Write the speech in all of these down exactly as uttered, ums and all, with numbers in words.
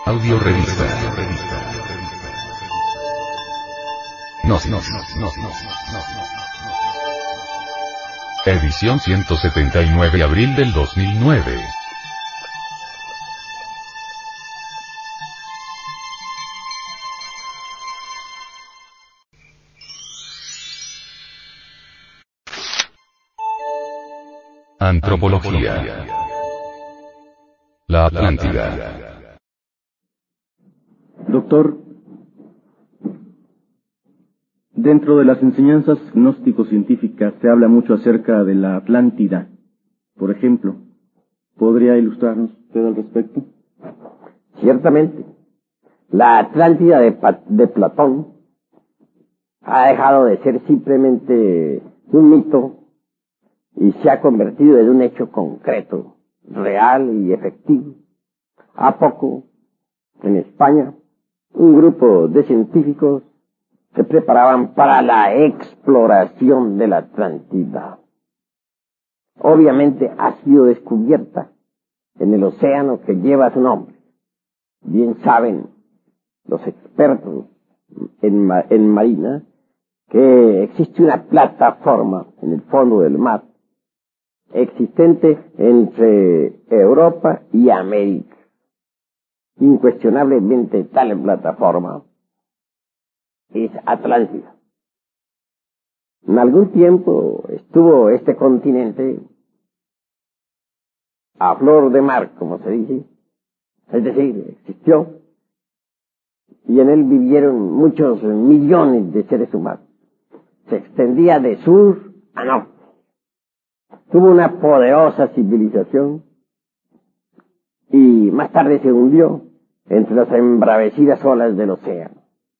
Audio revista. No, no, no, no, no, no. Edición ciento setenta y nueve, abril del dos mil nueve. Antropología. La Atlántida. Doctor, dentro de las enseñanzas gnóstico-científicas se habla mucho acerca de la Atlántida. Por ejemplo, ¿podría ilustrarnos usted al respecto? Ciertamente, la Atlántida de, Pa- de Platón ha dejado de ser simplemente un mito y se ha convertido en un hecho concreto, real y efectivo. A poco, en España, un grupo de científicos se preparaban para la exploración de la Atlántida. Obviamente ha sido descubierta en el océano que lleva su nombre. Bien saben los expertos en, ma- en marina que existe una plataforma en el fondo del mar existente entre Europa y América. Incuestionablemente tal plataforma es Atlántida. En algún tiempo estuvo este continente a flor de mar, como se dice, es decir, existió, y en él vivieron muchos millones de seres humanos. Se extendía de sur a norte. Tuvo una poderosa civilización y más tarde se hundió entre las embravecidas olas del océano.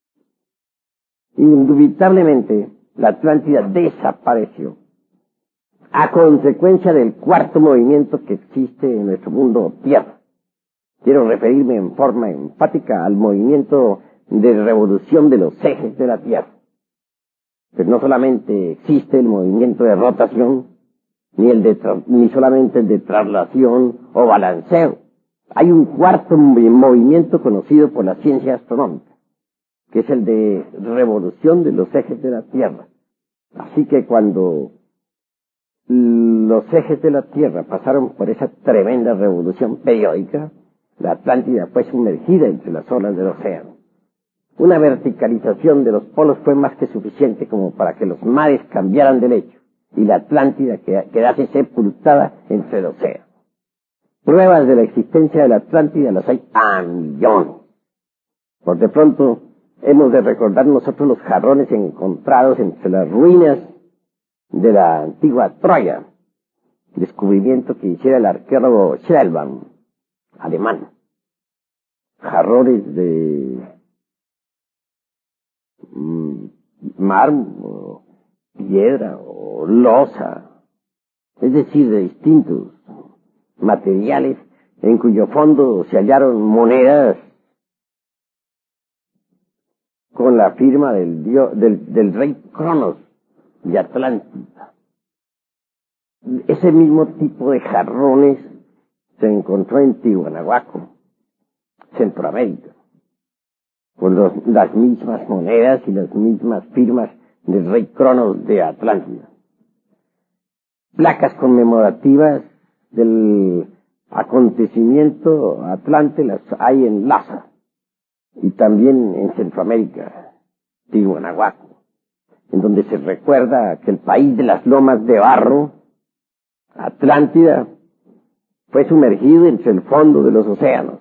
Indubitablemente, la Atlántida desapareció a consecuencia del cuarto movimiento que existe en nuestro mundo Tierra. Quiero referirme en forma enfática al movimiento de revolución de los ejes de la Tierra. Pero no solamente existe el movimiento de rotación, ni el de tra- ni solamente el de traslación o balanceo. Hay un cuarto movimiento conocido por la ciencia astronómica, que es el de revolución de los ejes de la Tierra. Así que cuando los ejes de la Tierra pasaron por esa tremenda revolución periódica, la Atlántida fue sumergida entre las olas del océano. Una verticalización de los polos fue más que suficiente como para que los mares cambiaran de lecho y la Atlántida quedase sepultada entre el océano. Pruebas de la existencia de la Atlántida las hay a millones. Por de pronto, hemos de recordar nosotros los jarrones encontrados entre las ruinas de la antigua Troya, descubrimiento que hiciera el arqueólogo Schellbaum, alemán. Jarrones de mm, mármol, piedra o losa, es decir, de distintos materiales en cuyo fondo se hallaron monedas con la firma del, dio, del, del rey Cronos de Atlántida. Ese mismo tipo de jarrones se encontró en Tiwanahuaco, Centroamérica, con los, las mismas monedas y las mismas firmas del rey Cronos de Atlántida. Placas conmemorativas del acontecimiento Atlante las hay en Lhasa y también en Centroamérica, Tiwanahuaco, en donde se recuerda que el país de las lomas de barro, Atlántida, fue sumergido entre el fondo de los océanos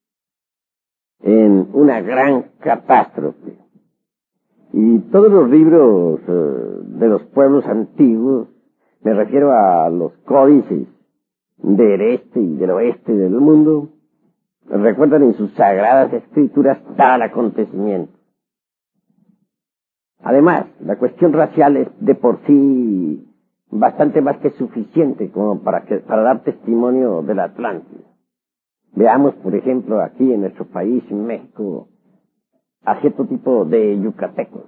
en una gran catástrofe. Y todos los libros uh, de los pueblos antiguos, me refiero a los códices del este y del oeste del mundo, recuerdan en sus sagradas escrituras tal acontecimiento. Además, la cuestión racial es de por sí bastante más que suficiente como para, que, para dar testimonio de la Atlántida. Veamos, por ejemplo, aquí en nuestro país, en México, a cierto tipo de yucatecos.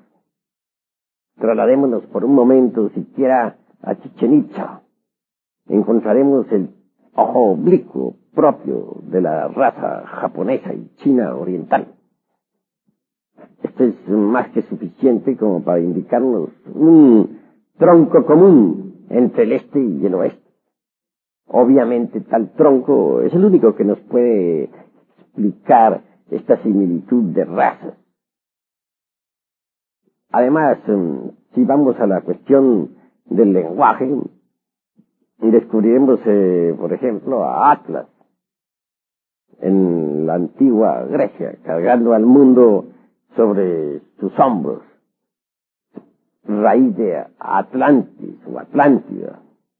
Trasladémonos por un momento siquiera a Chichén Itzá. Encontraremos el ojo oblicuo propio de la raza japonesa y china oriental. Esto es más que suficiente como para indicarnos un tronco común entre el este y el oeste. Obviamente tal tronco es el único que nos puede explicar esta similitud de razas. Además, si vamos a la cuestión del lenguaje, descubriremos, eh, por ejemplo, a Atlas en la antigua Grecia, cargando al mundo sobre sus hombros, raíz de Atlantis o Atlántida.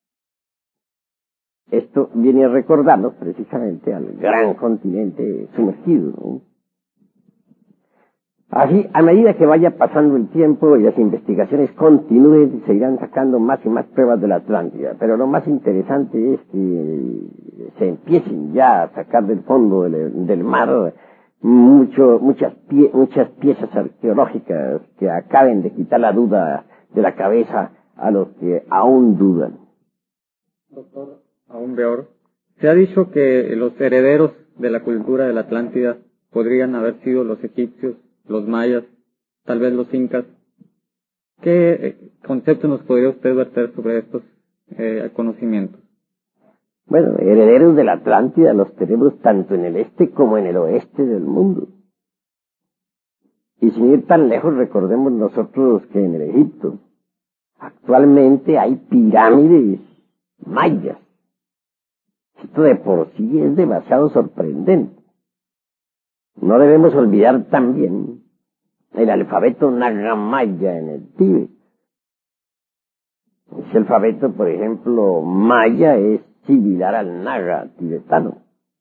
Esto viene a recordarnos precisamente al gran continente sumergido, ¿no? Así, a medida que vaya pasando el tiempo y las investigaciones continúen, se irán sacando más y más pruebas de la Atlántida. Pero lo más interesante es que se empiecen ya a sacar del fondo del, del mar mucho, muchas, pie, muchas piezas arqueológicas que acaben de quitar la duda de la cabeza a los que aún dudan. Doctor, aún peor. Se ha dicho que los herederos de la cultura de la Atlántida podrían haber sido los egipcios, los mayas, tal vez los incas. ¿Qué concepto nos podría usted verter sobre estos eh, conocimientos? Bueno, herederos de la Atlántida los tenemos tanto en el este como en el oeste del mundo. Y sin ir tan lejos, recordemos nosotros que en el Egipto actualmente hay pirámides mayas. Esto de por sí es demasiado sorprendente. No debemos olvidar también el alfabeto naga-maya en el Tíbet. Ese alfabeto, por ejemplo, maya es similar al naga tibetano.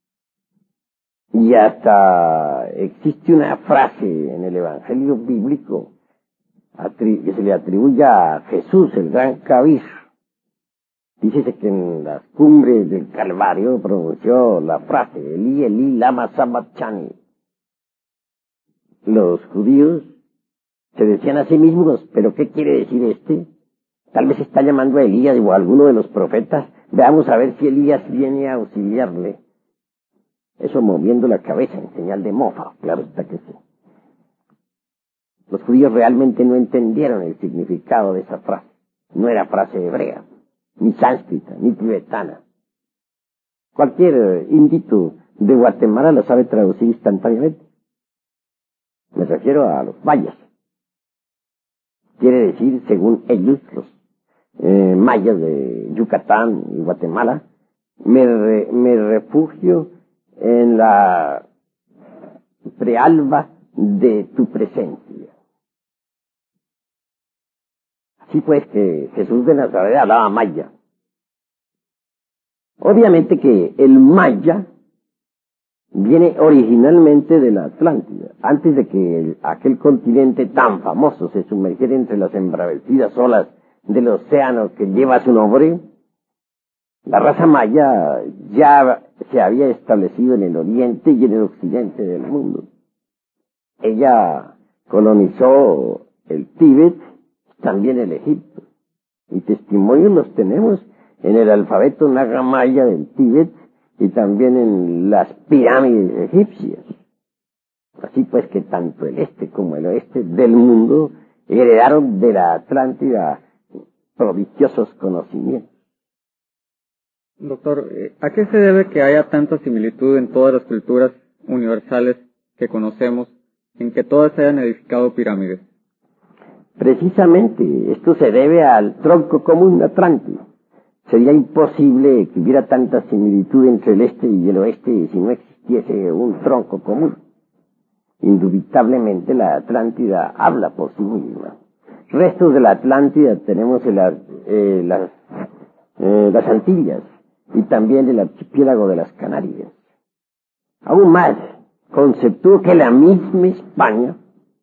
Y hasta existe una frase en el Evangelio bíblico que se le atribuye a Jesús, el gran Kabir. Dícese que en las cumbres del Calvario pronunció la frase Elí, Elí, lama sabachthani. Los judíos se decían a sí mismos, ¿pero qué quiere decir este? Tal vez está llamando a Elías o a alguno de los profetas. Veamos a ver si Elías viene a auxiliarle. Eso moviendo la cabeza en señal de mofa, claro está que sí. Los judíos realmente no entendieron el significado de esa frase. No era frase hebrea, ni sánscrita, ni tibetana. Cualquier indito de Guatemala la sabe traducir instantáneamente. Me refiero a los mayas. Quiere decir, según ellos, los eh, mayas de Yucatán y Guatemala, me, re, me refugio en la prealba de tu presencia. Así pues que Jesús de Nazaret hablaba maya. Obviamente que el maya viene originalmente de la Atlántida. Antes de que el, aquel continente tan famoso se sumergiera entre las embravecidas olas del océano que lleva su nombre, la raza maya ya se había establecido en el oriente y en el occidente del mundo. Ella colonizó el Tíbet, también el Egipto, y testimonios los tenemos en el alfabeto naga maya del Tíbet y también en las pirámides egipcias. Así pues que tanto el este como el oeste del mundo heredaron de la Atlántida prodigiosos conocimientos. Doctor, ¿a qué se debe que haya tanta similitud en todas las culturas universales que conocemos, en que todas hayan edificado pirámides? Precisamente, esto se debe al tronco común atlántico. Sería imposible que hubiera tanta similitud entre el este y el oeste si no existiese un tronco común. Indubitablemente la Atlántida habla por sí misma. Restos de la Atlántida tenemos en la, eh, las, eh, las Antillas y también el archipiélago de las Canarias. Aún más, conceptúo que la misma España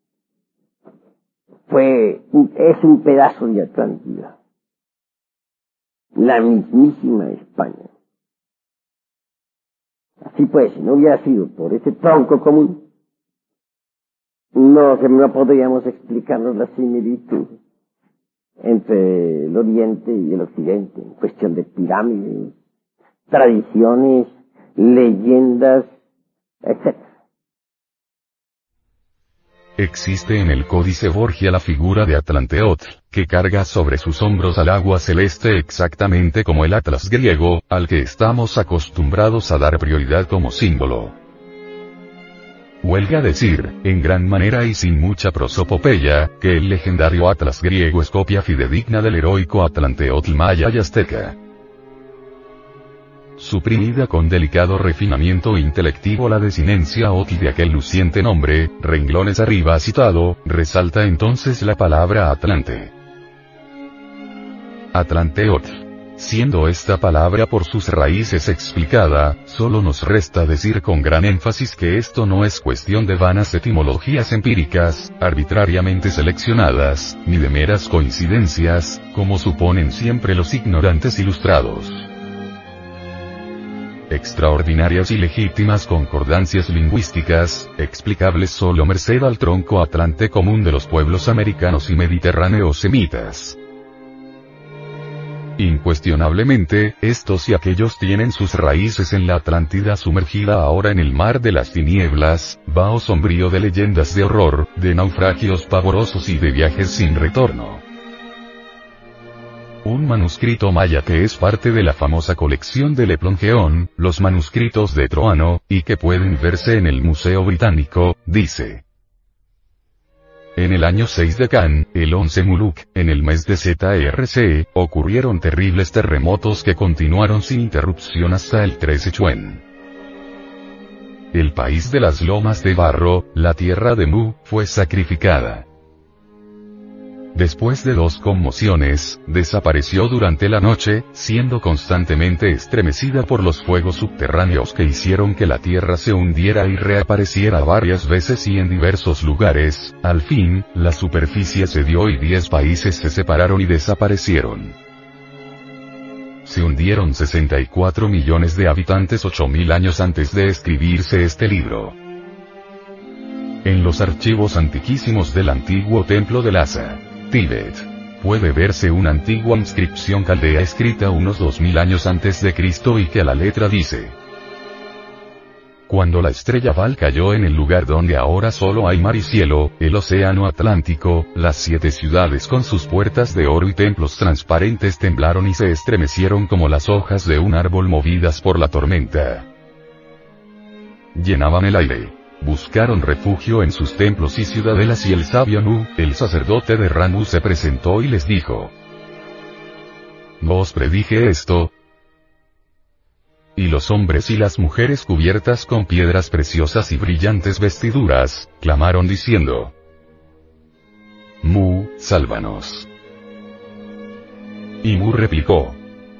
fue, es un pedazo de Atlántida. La mismísima España. Así pues, si no hubiera sido por ese tronco común, no, no podríamos explicarnos la similitud entre el Oriente y el Occidente, en cuestión de pirámides, tradiciones, leyendas, etcétera. Existe en el Códice Borgia la figura de Atlanteotl, que carga sobre sus hombros al agua celeste exactamente como el Atlas griego, al que estamos acostumbrados a dar prioridad como símbolo. Huelga decir, en gran manera y sin mucha prosopopeya, que el legendario Atlas griego es copia fidedigna del heroico Atlanteotl maya y azteca. Suprimida con delicado refinamiento intelectivo la desinencia otl de aquel luciente nombre, renglones arriba citado, resalta entonces la palabra Atlante. Atlanteotl. Siendo esta palabra por sus raíces explicada, solo nos resta decir con gran énfasis que esto no es cuestión de vanas etimologías empíricas, arbitrariamente seleccionadas, ni de meras coincidencias, como suponen siempre los ignorantes ilustrados. Extraordinarias y legítimas concordancias lingüísticas, explicables solo merced al tronco atlante común de los pueblos americanos y mediterráneos semitas. Incuestionablemente, estos y aquellos tienen sus raíces en la Atlántida sumergida ahora en el mar de las tinieblas, vaho sombrío de leyendas de horror, de naufragios pavorosos y de viajes sin retorno. Un manuscrito maya que es parte de la famosa colección de Le Plongeon, los manuscritos de Troano, y que pueden verse en el Museo Británico, dice: en el año seis de Can, el once Muluk, en el mes de Z R C, ocurrieron terribles terremotos que continuaron sin interrupción hasta el trece Chuen. El país de las lomas de barro, la tierra de Mu, fue sacrificada. Después de dos conmociones, desapareció durante la noche, siendo constantemente estremecida por los fuegos subterráneos que hicieron que la tierra se hundiera y reapareciera varias veces y en diversos lugares. Al fin, la superficie cedió y diez países se separaron y desaparecieron. Se hundieron sesenta y cuatro millones de habitantes ocho mil años antes de escribirse este libro. En los archivos antiquísimos del antiguo templo de Lhasa, Tíbet, puede verse una antigua inscripción caldea escrita unos dos mil años antes de Cristo y que a la letra dice: cuando la estrella Val cayó en el lugar donde ahora solo hay mar y cielo, el océano Atlántico, las siete ciudades con sus puertas de oro y templos transparentes temblaron y se estremecieron como las hojas de un árbol movidas por la tormenta. Llenaban el aire. Buscaron refugio en sus templos y ciudadelas y el sabio Nu, el sacerdote de Ranu, se presentó y les dijo: ¿no os predije esto? Y los hombres y las mujeres cubiertas con piedras preciosas y brillantes vestiduras, clamaron diciendo: Mu, sálvanos. Y Mu replicó: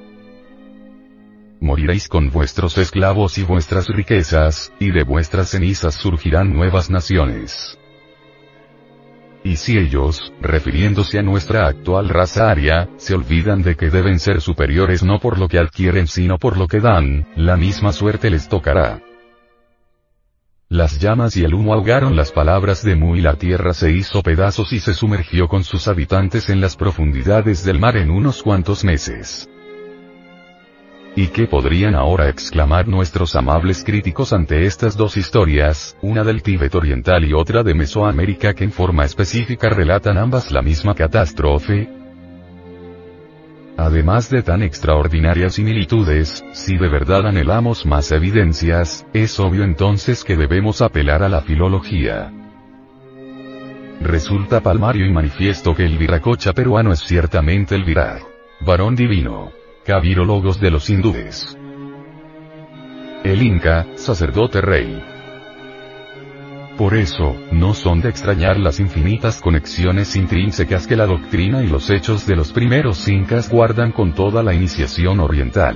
moriréis con vuestros esclavos y vuestras riquezas, y de vuestras cenizas surgirán nuevas naciones. Y si ellos, refiriéndose a nuestra actual raza aria, se olvidan de que deben ser superiores no por lo que adquieren sino por lo que dan, la misma suerte les tocará. Las llamas y el humo ahogaron las palabras de Mu y la tierra se hizo pedazos y se sumergió con sus habitantes en las profundidades del mar en unos cuantos meses. ¿Y qué podrían ahora exclamar nuestros amables críticos ante estas dos historias, una del Tíbet oriental y otra de Mesoamérica que en forma específica relatan ambas la misma catástrofe? Además de tan extraordinarias similitudes, si de verdad anhelamos más evidencias, es obvio entonces que debemos apelar a la filología. Resulta palmario y manifiesto que el viracocha peruano es ciertamente el viraj, varón divino, cabirólogos de los hindúes. El inca, sacerdote rey. Por eso, no son de extrañar las infinitas conexiones intrínsecas que la doctrina y los hechos de los primeros incas guardan con toda la iniciación oriental.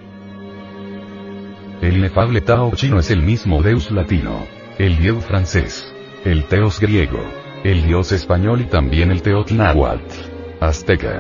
El inefable Tao chino es el mismo Deus latino, el dios francés, el Teos griego, el dios español y también el Teotl náhuatl, azteca.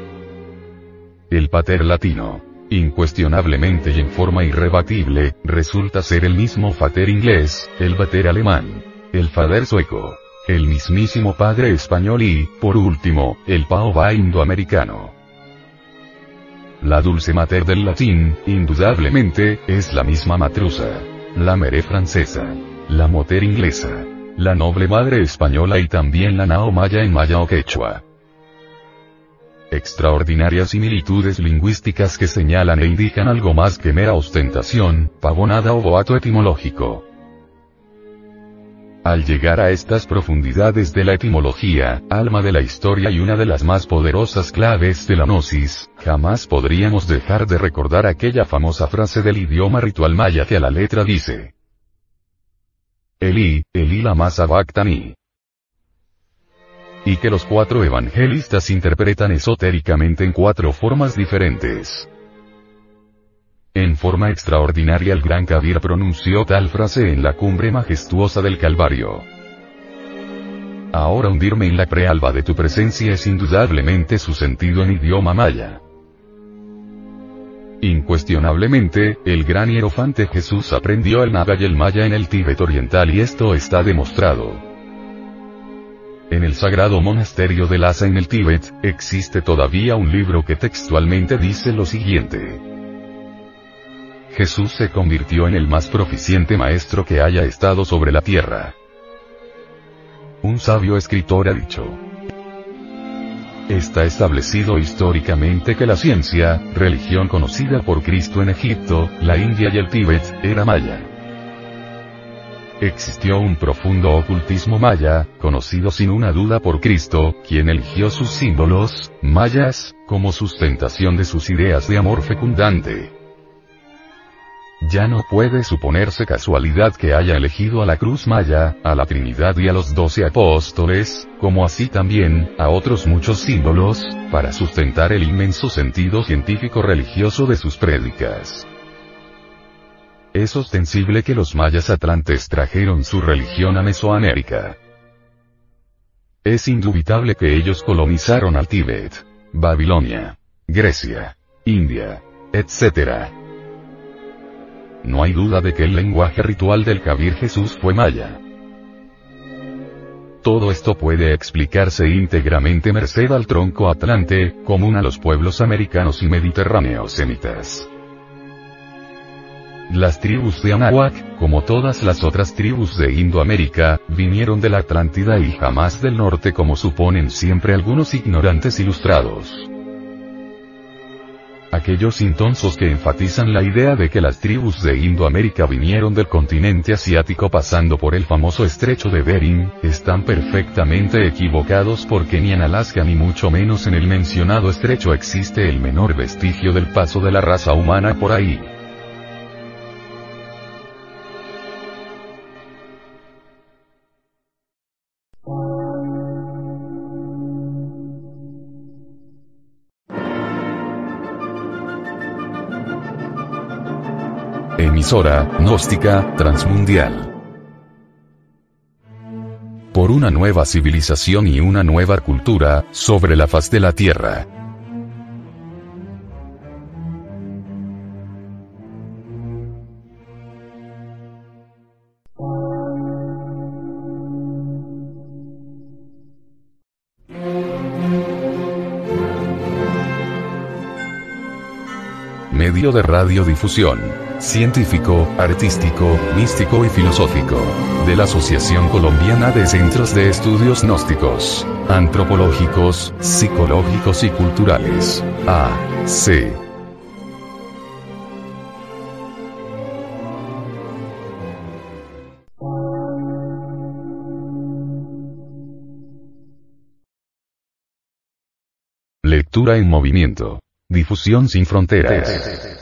El pater latino, incuestionablemente y en forma irrebatible, resulta ser el mismo fater inglés, el pater alemán, el fader sueco, el mismísimo padre español y, por último, el paoba indoamericano. La dulce mater del latín, indudablemente, es la misma matrusa. La mere francesa. La moter inglesa. La noble madre española y también la nao maya en maya o quechua. Extraordinarias similitudes lingüísticas que señalan e indican algo más que mera ostentación, pavonada o boato etimológico. Al llegar a estas profundidades de la etimología, alma de la historia y una de las más poderosas claves de la gnosis, jamás podríamos dejar de recordar aquella famosa frase del idioma ritual maya que a la letra dice: Elí, Elí lama sabactani. Y que los cuatro evangelistas interpretan esotéricamente en cuatro formas diferentes. En forma extraordinaria el gran Kabir pronunció tal frase en la cumbre majestuosa del Calvario. Ahora hundirme en la prealba de tu presencia es indudablemente su sentido en idioma maya. Incuestionablemente, el gran hierofante Jesús aprendió el naga y el maya en el Tíbet oriental y esto está demostrado. En el sagrado monasterio de Lhasa en el Tíbet, existe todavía un libro que textualmente dice lo siguiente: Jesús se convirtió en el más proficiente maestro que haya estado sobre la tierra. Un sabio escritor ha dicho: está establecido históricamente que la ciencia, religión conocida por Cristo en Egipto, la India y el Tíbet, era maya. Existió un profundo ocultismo maya, conocido sin una duda por Cristo, quien eligió sus símbolos, mayas, como sustentación de sus ideas de amor fecundante. Ya no puede suponerse casualidad que haya elegido a la cruz maya, a la Trinidad y a los doce apóstoles, como así también, a otros muchos símbolos, para sustentar el inmenso sentido científico religioso de sus prédicas. Es ostensible que los mayas atlantes trajeron su religión a Mesoamérica. Es indubitable que ellos colonizaron al Tíbet, Babilonia, Grecia, India, etcétera. No hay duda de que el lenguaje ritual del Kabir Jesús fue maya. Todo esto puede explicarse íntegramente merced al tronco atlante, común a los pueblos americanos y mediterráneos semitas. Las tribus de Anáhuac, como todas las otras tribus de Indoamérica, vinieron de la Atlántida y jamás del norte como suponen siempre algunos ignorantes ilustrados. Aquellos intonsos que enfatizan la idea de que las tribus de Indoamérica vinieron del continente asiático pasando por el famoso estrecho de Bering, están perfectamente equivocados porque ni en Alaska ni mucho menos en el mencionado estrecho existe el menor vestigio del paso de la raza humana por ahí. Emisora gnóstica transmundial. Por una nueva civilización y una nueva cultura, sobre la faz de la Tierra. Medio de radiodifusión, científico, artístico, místico y filosófico, de la Asociación Colombiana de Centros de Estudios Gnósticos, Antropológicos, Psicológicos y Culturales, A C Lectura en movimiento. Difusión sin fronteras.